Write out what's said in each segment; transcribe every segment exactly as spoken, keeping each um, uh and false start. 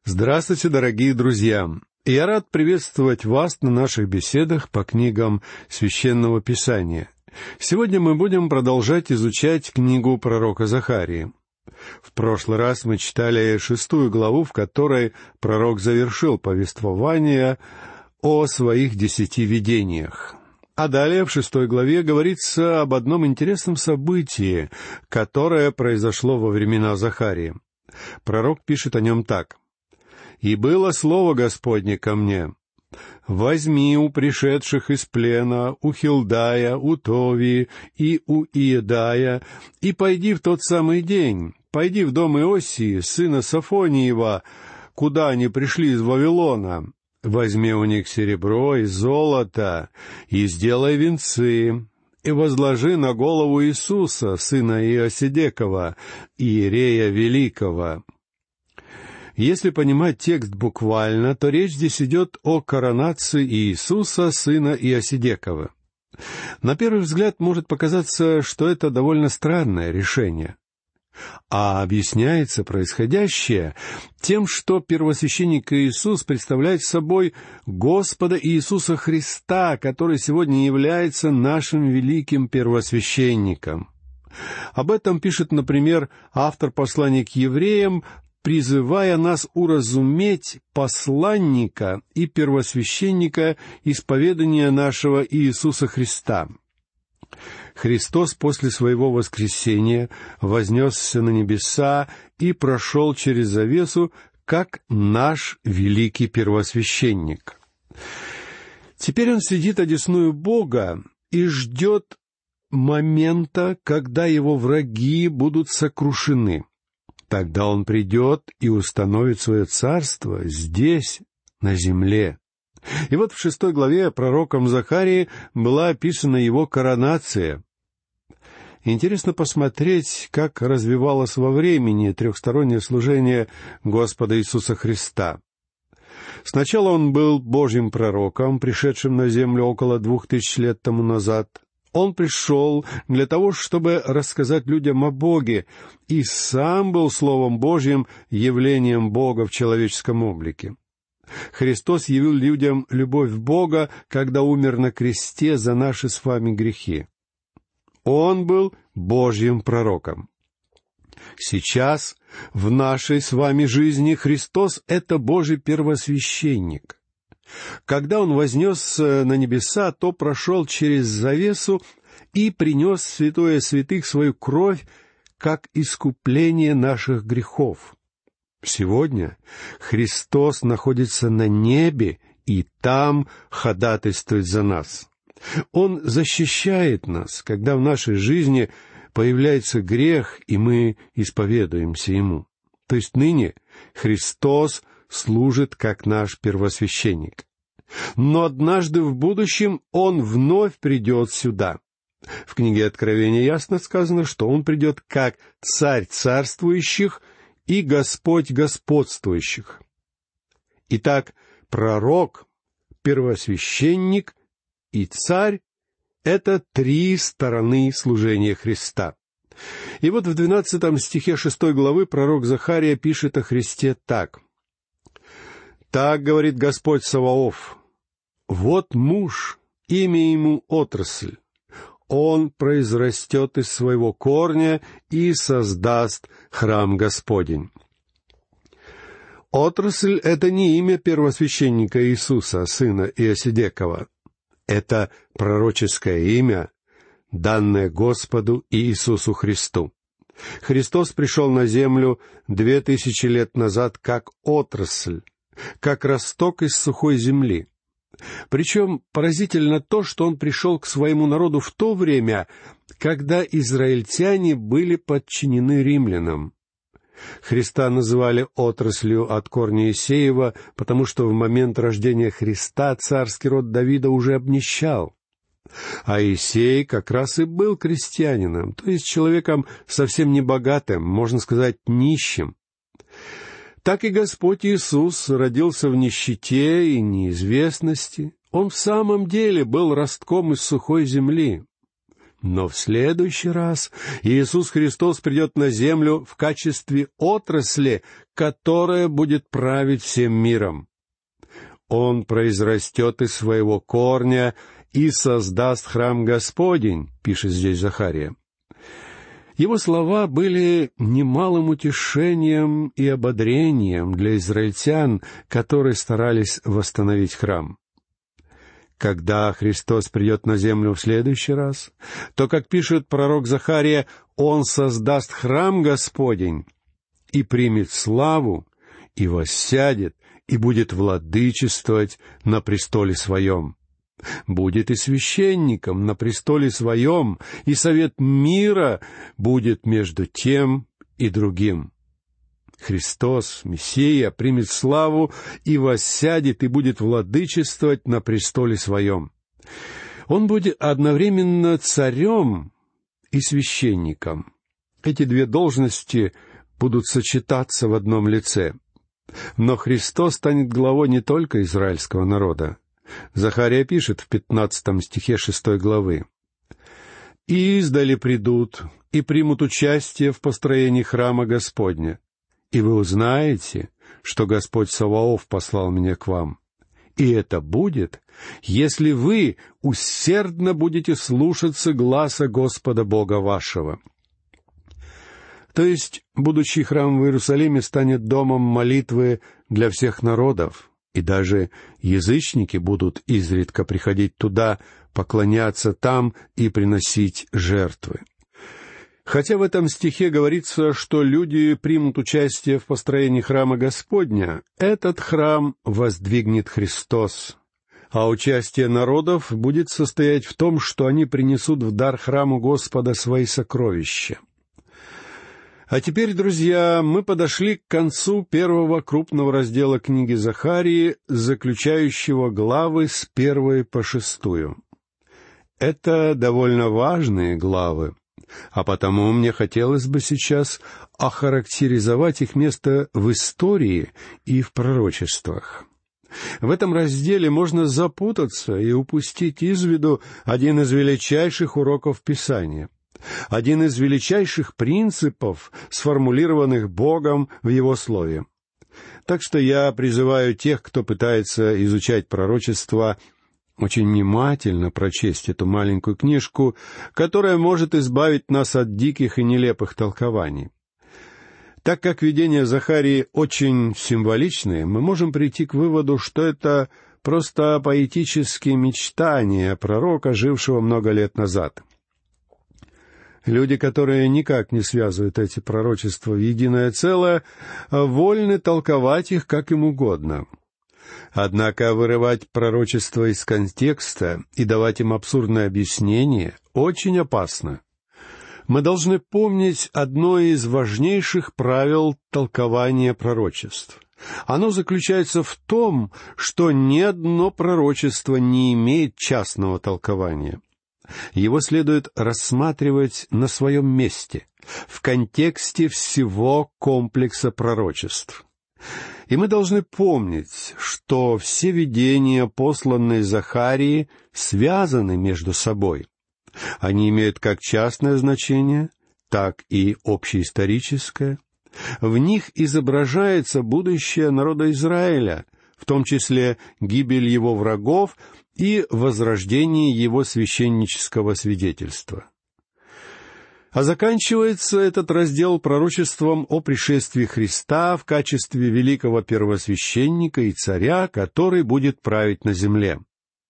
Здравствуйте, дорогие друзья! Я рад приветствовать вас на наших беседах по книгам Священного Писания. Сегодня мы будем продолжать изучать книгу пророка Захарии. В прошлый раз мы читали шестую главу, в которой пророк завершил повествование о своих десяти видениях. А далее в шестой главе говорится об одном интересном событии, которое произошло во времена Захарии. Пророк пишет о нем так. «И было слово Господне ко мне: возьми у пришедших из плена, у Хилдая, у Товии и у Иедая, и пойди в тот самый день, пойди в дом Иосии, сына Сафониева, куда они пришли из Вавилона. Возьми у них серебро и золото, и сделай венцы, и возложи на голову Иисуса, сына Иосидекова, иерея великого». Если понимать текст буквально, то речь здесь идет о коронации Иисуса, сына Иосидекова. На первый взгляд может показаться, что это довольно странное решение. А объясняется происходящее тем, что первосвященник Иисус представляет собой Господа Иисуса Христа, который сегодня является нашим великим первосвященником. Об этом пишет, например, автор послания к евреям, призывая нас уразуметь посланника и первосвященника исповедания нашего Иисуса Христа. Христос после своего воскресения вознесся на небеса и прошел через завесу, как наш великий первосвященник. Теперь Он сидит одесную Бога и ждет момента, когда Его враги будут сокрушены. Тогда Он придет и установит свое царство здесь, на земле. И вот в шестой главе пророком Захарии была описана Его коронация. Интересно посмотреть, как развивалось во времени трехстороннее служение Господа Иисуса Христа. Сначала Он был Божьим пророком, пришедшим на землю около двух тысяч лет тому назад. Он пришел для того, чтобы рассказать людям о Боге, и сам был Словом Божьим, явлением Бога в человеческом облике. Христос явил людям любовь Бога, когда умер на кресте за наши с вами грехи. Он был Божьим пророком. Сейчас, в нашей с вами жизни, Христос — это Божий первосвященник. Когда Он вознесся на небеса, то прошел через завесу и принес в святое святых свою кровь, как искупление наших грехов. Сегодня Христос находится на небе и там ходатайствует за нас. Он защищает нас, когда в нашей жизни появляется грех, и мы исповедуемся Ему. То есть ныне Христос служит как наш первосвященник. Но однажды в будущем Он вновь придет сюда. В книге Откровения ясно сказано, что Он придет как Царь царствующих и Господь господствующих. Итак, пророк, первосвященник и царь — это три стороны служения Христа. И вот в двенадцатом стихе шестой главы пророк Захария пишет о Христе так. «Так говорит Господь Саваоф: вот муж, имя ему отрасль. Он произрастет из своего корня и создаст храм Господень». Отрасль — это не имя первосвященника Иисуса, сына Иосидекова. Это пророческое имя, данное Господу Иисусу Христу. Христос пришел на землю две тысячи лет назад как отрасль, как росток из сухой земли. Причем поразительно то, что Он пришел к своему народу в то время, когда израильтяне были подчинены римлянам. Христа называли отраслью от корня Иисеева, потому что в момент рождения Христа царский род Давида уже обнищал. А Иисей как раз и был крестьянином, то есть человеком совсем не богатым, можно сказать, нищим. Так и Господь Иисус родился в нищете и неизвестности. Он в самом деле был ростком из сухой земли. Но в следующий раз Иисус Христос придет на землю в качестве отрасли, которая будет править всем миром. Он произрастет из своего корня и создаст храм Господень, пишет здесь Захария. Его слова были немалым утешением и ободрением для израильтян, которые старались восстановить храм. Когда Христос придет на землю в следующий раз, то, как пишет пророк Захария, Он создаст храм Господень и примет славу, и воссядет, и будет владычествовать на престоле Своем. Будет и священником на престоле Своем, и совет мира будет между тем и другим. Христос, Мессия, примет славу и воссядет, и будет владычествовать на престоле Своем. Он будет одновременно царем и священником. Эти две должности будут сочетаться в одном лице. Но Христос станет главой не только израильского народа. Захария пишет в пятнадцатом стихе шестой главы: «И издали придут и примут участие в построении храма Господня. И вы узнаете, что Господь Саваоф послал меня к вам. И это будет, если вы усердно будете слушаться гласа Господа Бога вашего». То есть будущий храм в Иерусалиме станет домом молитвы для всех народов, и даже язычники будут изредка приходить туда, поклоняться там и приносить жертвы. Хотя в этом стихе говорится, что люди примут участие в построении храма Господня, этот храм воздвигнет Христос, а участие народов будет состоять в том, что они принесут в дар храму Господа свои сокровища. А теперь, друзья, мы подошли к концу первого крупного раздела книги Захарии, заключающего главы с первой по шестую. Это довольно важные главы, а потому мне хотелось бы сейчас охарактеризовать их место в истории и в пророчествах. В этом разделе можно запутаться и упустить из виду один из величайших уроков Писания, один из величайших принципов, сформулированных Богом в Его Слове. Так что я призываю тех, кто пытается изучать пророчество, очень внимательно прочесть эту маленькую книжку, которая может избавить нас от диких и нелепых толкований. Так как видения Захарии очень символичные, мы можем прийти к выводу, что это просто поэтические мечтания пророка, жившего много лет назад. Люди, которые никак не связывают эти пророчества в единое целое, вольны толковать их как им угодно. Однако вырывать пророчества из контекста и давать им абсурдное объяснение очень опасно. Мы должны помнить одно из важнейших правил толкования пророчеств. Оно заключается в том, что ни одно пророчество не имеет частного толкования. Его следует рассматривать на своем месте, в контексте всего комплекса пророчеств. И мы должны помнить, что все видения, посланные Захарии, связаны между собой. Они имеют как частное значение, так и общеисторическое. В них изображается будущее народа Израиля, в том числе гибель его врагов и возрождение его священнического свидетельства. А заканчивается этот раздел пророчеством о пришествии Христа в качестве великого первосвященника и царя, который будет править на земле.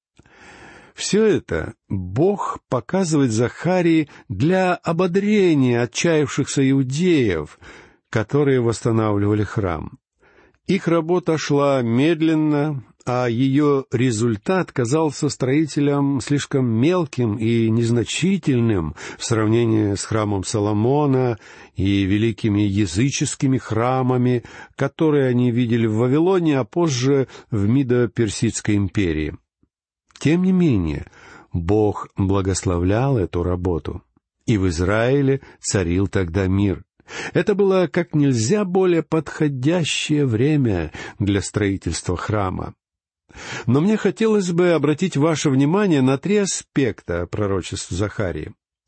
Все это Бог показывает Захарии для ободрения отчаявшихся иудеев, которые восстанавливали храм. Их работа шла медленно, а ее результат казался строителям слишком мелким и незначительным в сравнении с храмом Соломона и великими языческими храмами, которые они видели в Вавилоне, а позже в Мидо-Персидской империи. Тем не менее, Бог благословлял эту работу, и в Израиле царил тогда мир. Это было как нельзя более подходящее время для строительства храма. Но мне хотелось бы обратить ваше внимание на три аспекта пророчеств Захарии.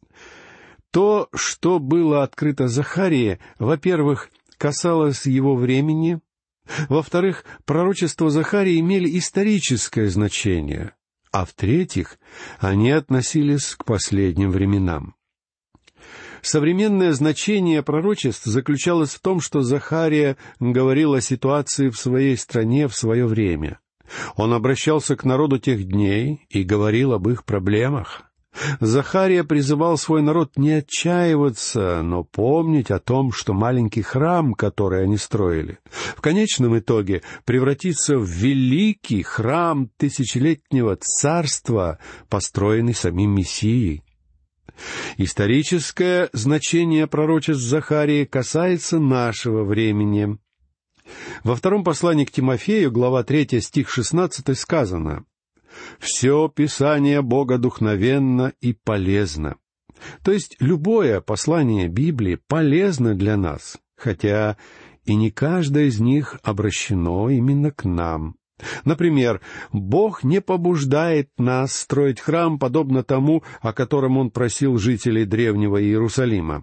То, что было открыто Захарии, во-первых, касалось его времени, во-вторых, пророчества Захарии имели историческое значение, а в-третьих, они относились к последним временам. Современное значение пророчеств заключалось в том, что Захария говорил о ситуации в своей стране в свое время. Он обращался к народу тех дней и говорил об их проблемах. Захария призывал свой народ не отчаиваться, но помнить о том, что маленький храм, который они строили, в конечном итоге превратится в великий храм тысячелетнего царства, построенный самим Мессией. Историческое значение пророчеств Захарии касается нашего времени. Во втором послании к Тимофею, глава третья, стих шестнадцатый, сказано: «Все Писание богодухновенно и полезно». То есть любое послание Библии полезно для нас, хотя и не каждое из них обращено именно к нам. Например, Бог не побуждает нас строить храм, подобно тому, о котором Он просил жителей древнего Иерусалима.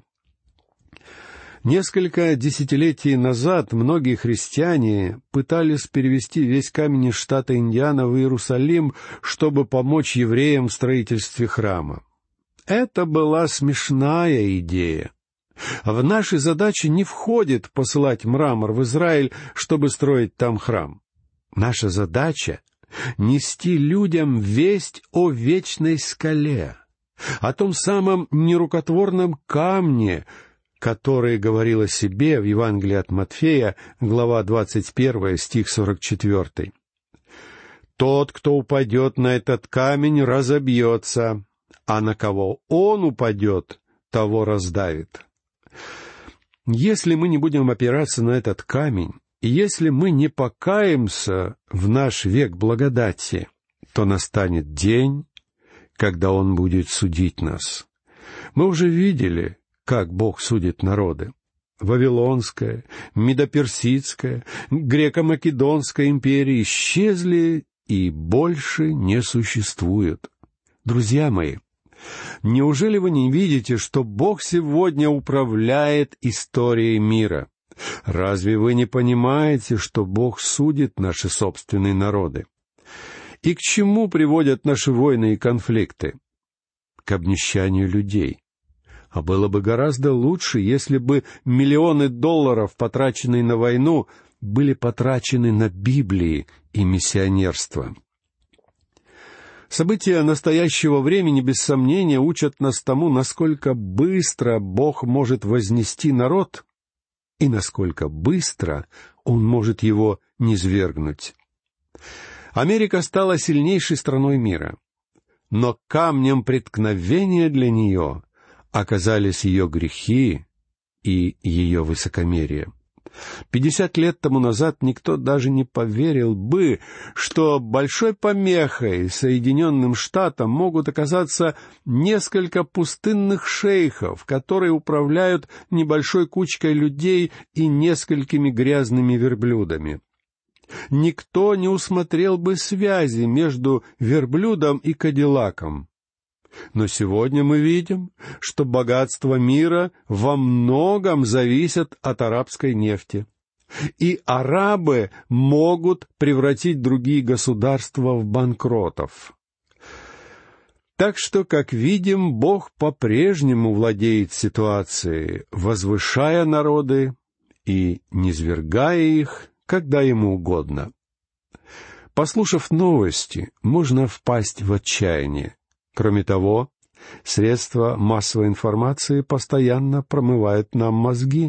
Несколько десятилетий назад многие христиане пытались перевести весь камень из штата Индиана в Иерусалим, чтобы помочь евреям в строительстве храма. Это была смешная идея. В наши задачи не входит посылать мрамор в Израиль, чтобы строить там храм. Наша задача — нести людям весть о вечной скале, о том самом нерукотворном камне, который говорил о себе в Евангелии от Матфея, глава двадцать первая, стих сорок четвертый. «Тот, кто упадет на этот камень, разобьется, а на кого он упадет, того раздавит». Если мы не будем опираться на этот камень, и если мы не покаемся в наш век благодати, то настанет день, когда Он будет судить нас. Мы уже видели, как Бог судит народы. Вавилонская, Медоперсидская, Греко-Македонская империи исчезли и больше не существуют. Друзья мои, неужели вы не видите, что Бог сегодня управляет историей мира? Разве вы не понимаете, что Бог судит наши собственные народы? И к чему приводят наши войны и конфликты? К обнищанию людей. А было бы гораздо лучше, если бы миллионы долларов, потраченные на войну, были потрачены на Библии и миссионерство. События настоящего времени, без сомнения, учат нас тому, насколько быстро Бог может вознести народ и насколько быстро Он может его низвергнуть. Америка стала сильнейшей страной мира, но камнем преткновения для нее оказались ее грехи и ее высокомерие. Пятьдесят лет тому назад никто даже не поверил бы, что большой помехой Соединенным Штатам могут оказаться несколько пустынных шейхов, которые управляют небольшой кучкой людей и несколькими грязными верблюдами. Никто не усмотрел бы связи между верблюдом и кадиллаком. Но сегодня мы видим, что богатство мира во многом зависит от арабской нефти. И арабы могут превратить другие государства в банкротов. Так что, как видим, Бог по-прежнему владеет ситуацией, возвышая народы и низвергая их, когда ему угодно. Послушав новости, можно впасть в отчаяние. Кроме того, средства массовой информации постоянно промывают нам мозги.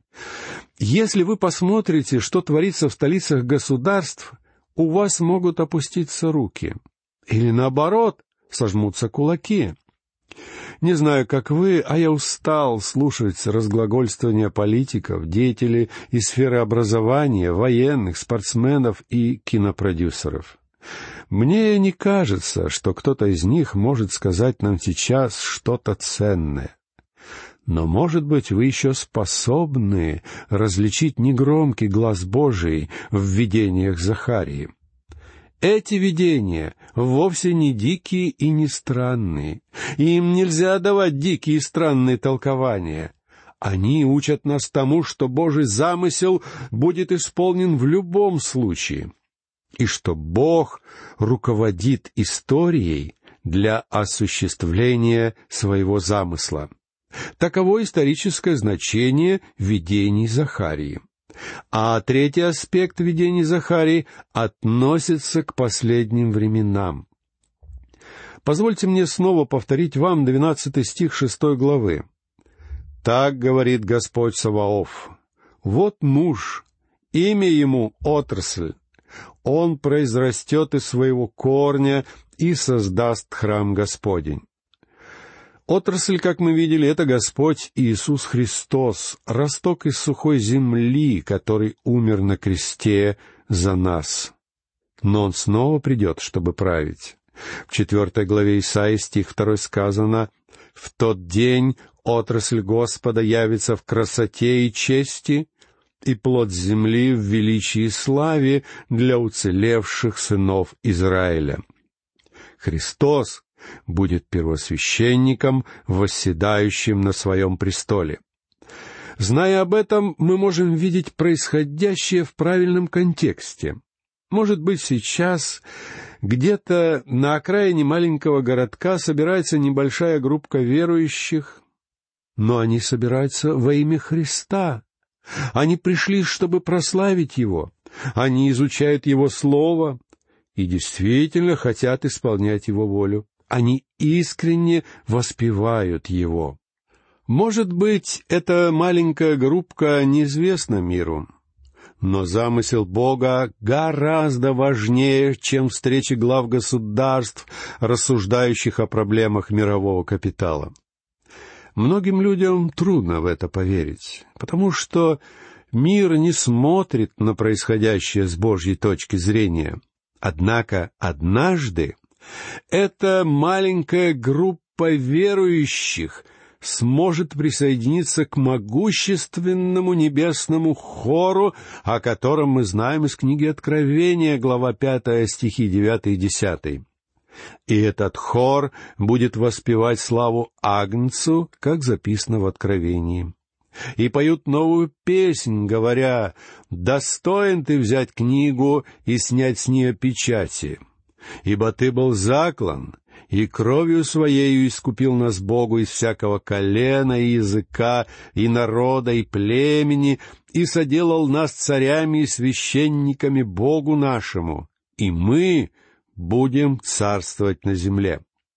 Если вы посмотрите, что творится в столицах государств, у вас могут опуститься руки. Или наоборот, сожмутся кулаки. Не знаю, как вы, а я устал слушать разглагольствования политиков, деятелей из сферы образования, военных, спортсменов и кинопродюсеров. Мне не кажется, что кто-то из них может сказать нам сейчас что-то ценное. Но, может быть, вы еще способны различить негромкий глас Божий в видениях Захарии. Эти видения вовсе не дикие и не странные. Им нельзя давать дикие и странные толкования. Они учат нас тому, что Божий замысел будет исполнен в любом случае, и что Бог руководит историей для осуществления своего замысла. Таково историческое значение видений Захарии. А третий аспект видений Захарии относится к последним временам. Позвольте мне снова повторить вам двенадцатый стих шестой главы. «Так говорит Господь Саваоф, вот муж, имя ему отрасль, он произрастет из своего корня и создаст храм Господень». Отрасль, как мы видели, это Господь Иисус Христос, росток из сухой земли, который умер на кресте за нас. Но Он снова придет, чтобы править. В четвертой главе Исаии, стих второй, сказано: «В тот день отрасль Господа явится в красоте и чести, и плод земли в величии и славе для уцелевших сынов Израиля». Христос будет первосвященником, восседающим на своем престоле. Зная об этом, мы можем видеть происходящее в правильном контексте. Может быть, сейчас где-то на окраине маленького городка собирается небольшая группа верующих, но они собираются во имя Христа. Они пришли, чтобы прославить Его. Они изучают Его Слово и действительно хотят исполнять Его волю. Они искренне воспевают Его. Может быть, эта маленькая группка неизвестна миру, но замысел Бога гораздо важнее, чем встречи глав государств, рассуждающих о проблемах мирового капитала. Многим людям трудно в это поверить, потому что мир не смотрит на происходящее с Божьей точки зрения. Однако однажды эта маленькая группа верующих сможет присоединиться к могущественному небесному хору, о котором мы знаем из книги Откровения, глава пятая, стихи девятый и десятый. И этот хор будет воспевать славу Агнцу, как записано в Откровении. И поют новую песнь, говоря: «Достоин ты взять книгу и снять с нее печати, ибо ты был заклан, и кровью своею искупил нас Богу из всякого колена и языка, и народа, и племени, и соделал нас царями и священниками Богу нашему, и мы будем царствовать на земле».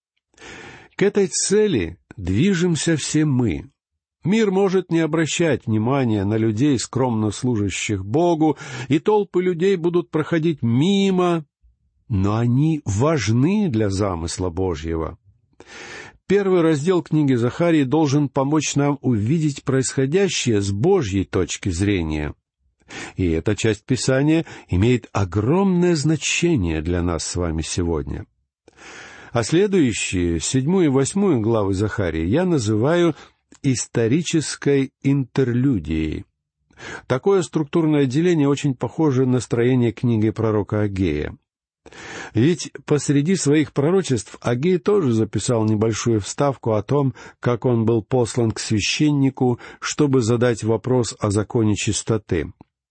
К этой цели движемся все мы. Мир может не обращать внимания на людей, скромно служащих Богу, и толпы людей будут проходить мимо, но они важны для замысла Божьего. Первый раздел книги Захарии должен помочь нам увидеть происходящее с Божьей точки зрения. И эта часть Писания имеет огромное значение для нас с вами сегодня. А следующие, седьмую и восьмую главы Захарии, я называю исторической интерлюдией. Такое структурное деление очень похоже на строение книги пророка Агея. Ведь посреди своих пророчеств Агей тоже записал небольшую вставку о том, как он был послан к священнику, чтобы задать вопрос о законе чистоты.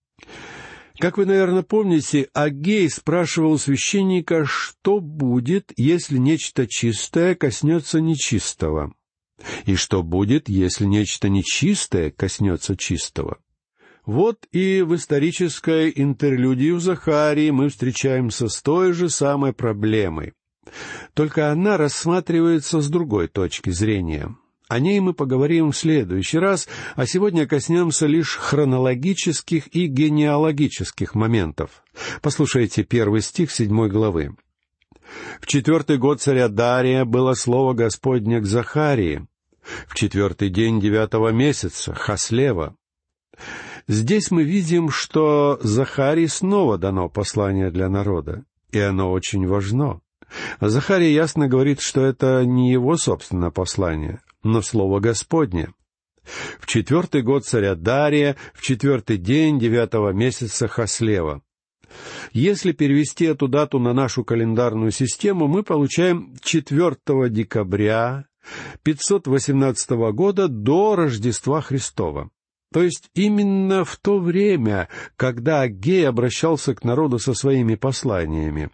Как вы, наверное, помните, Агей спрашивал у священника, что будет, если нечто чистое коснется нечистого, и что будет, если нечто нечистое коснется чистого. Вот и в исторической интерлюдии у Захарии мы встречаемся с той же самой проблемой. Только она рассматривается с другой точки зрения. О ней мы поговорим в следующий раз, а сегодня коснемся лишь хронологических и генеалогических моментов. Послушайте первый стих седьмой главы. «В четвертый год царя Дария было слово Господне к Захарии, в четвертый день девятого месяца, Хаслева». Здесь мы видим, что Захарии снова дано послание для народа, и оно очень важно. Захария ясно говорит, что это не его собственное послание, но слово Господне. В четвертый год царя Дария, в четвертый день девятого месяца Хаслева. Если перевести эту дату на нашу календарную систему, мы получаем четвёртого декабря пятьсот восемнадцатого года до Рождества Христова. То есть именно в то время, когда Аггей обращался к народу со своими посланиями.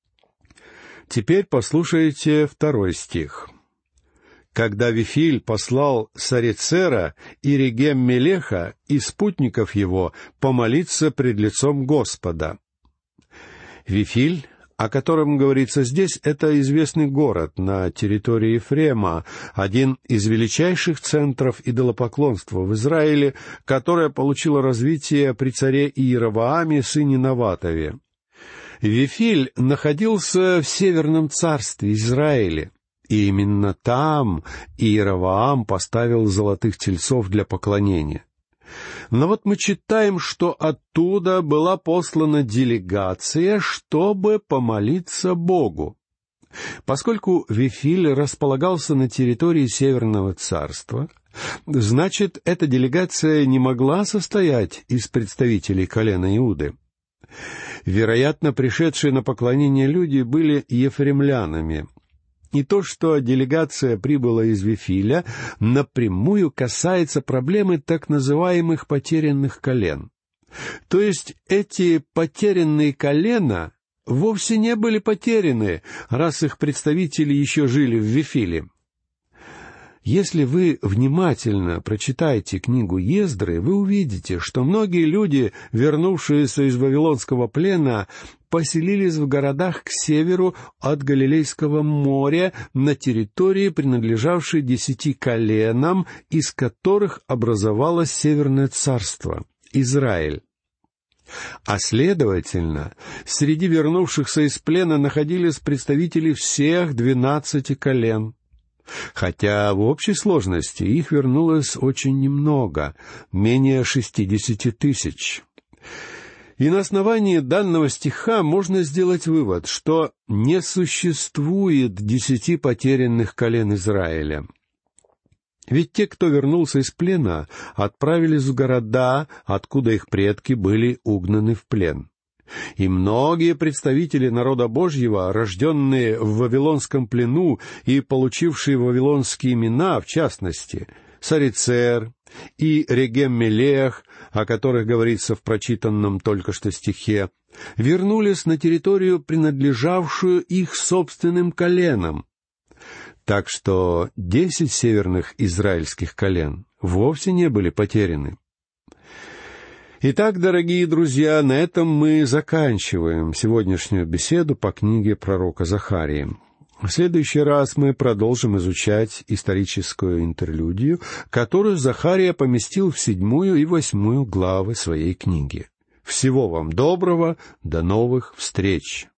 Теперь послушайте второй стих. «Когда Вифиль послал Сарицера и Регем-Мелеха и спутников его помолиться пред лицом Господа». Вифиль, о котором говорится здесь, это известный город на территории Ефрема, один из величайших центров идолопоклонства в Израиле, которое получило развитие при царе Иеровоаме, сыне Наватове. Вифиль находился в Северном царстве Израиля, и именно там Иеровоам поставил золотых тельцов для поклонения. Но вот мы читаем, что оттуда была послана делегация, чтобы помолиться Богу. Поскольку Вифиль располагался на территории Северного царства, значит, эта делегация не могла состоять из представителей колена Иуды. Вероятно, пришедшие на поклонение люди были ефремлянами. И то, что делегация прибыла из Вифиля, напрямую касается проблемы так называемых потерянных колен. То есть эти потерянные колена вовсе не были потеряны, раз их представители еще жили в Вифиле. Если вы внимательно прочитаете книгу Ездры, вы увидите, что многие люди, вернувшиеся из Вавилонского плена, поселились в городах к северу от Галилейского моря на территории, принадлежавшей десяти коленам, из которых образовалось Северное царство — Израиль. А следовательно, среди вернувшихся из плена находились представители всех двенадцати колен. Хотя в общей сложности их вернулось очень немного, менее шестидесяти тысяч. И на основании данного стиха можно сделать вывод, что не существует десяти потерянных колен Израиля. Ведь те, кто вернулся из плена, отправились в города, откуда их предки были угнаны в плен. И многие представители народа Божьего, рожденные в Вавилонском плену и получившие вавилонские имена, в частности, Сарицер и Регем-Мелех, о которых говорится в прочитанном только что стихе, вернулись на территорию, принадлежавшую их собственным коленам. Так что десять северных израильских колен вовсе не были потеряны. Итак, дорогие друзья, на этом мы заканчиваем сегодняшнюю беседу по книге пророка Захарии. В следующий раз мы продолжим изучать историческую интерлюдию, которую Захария поместил в седьмую и восьмую главы своей книги. Всего вам доброго, до новых встреч!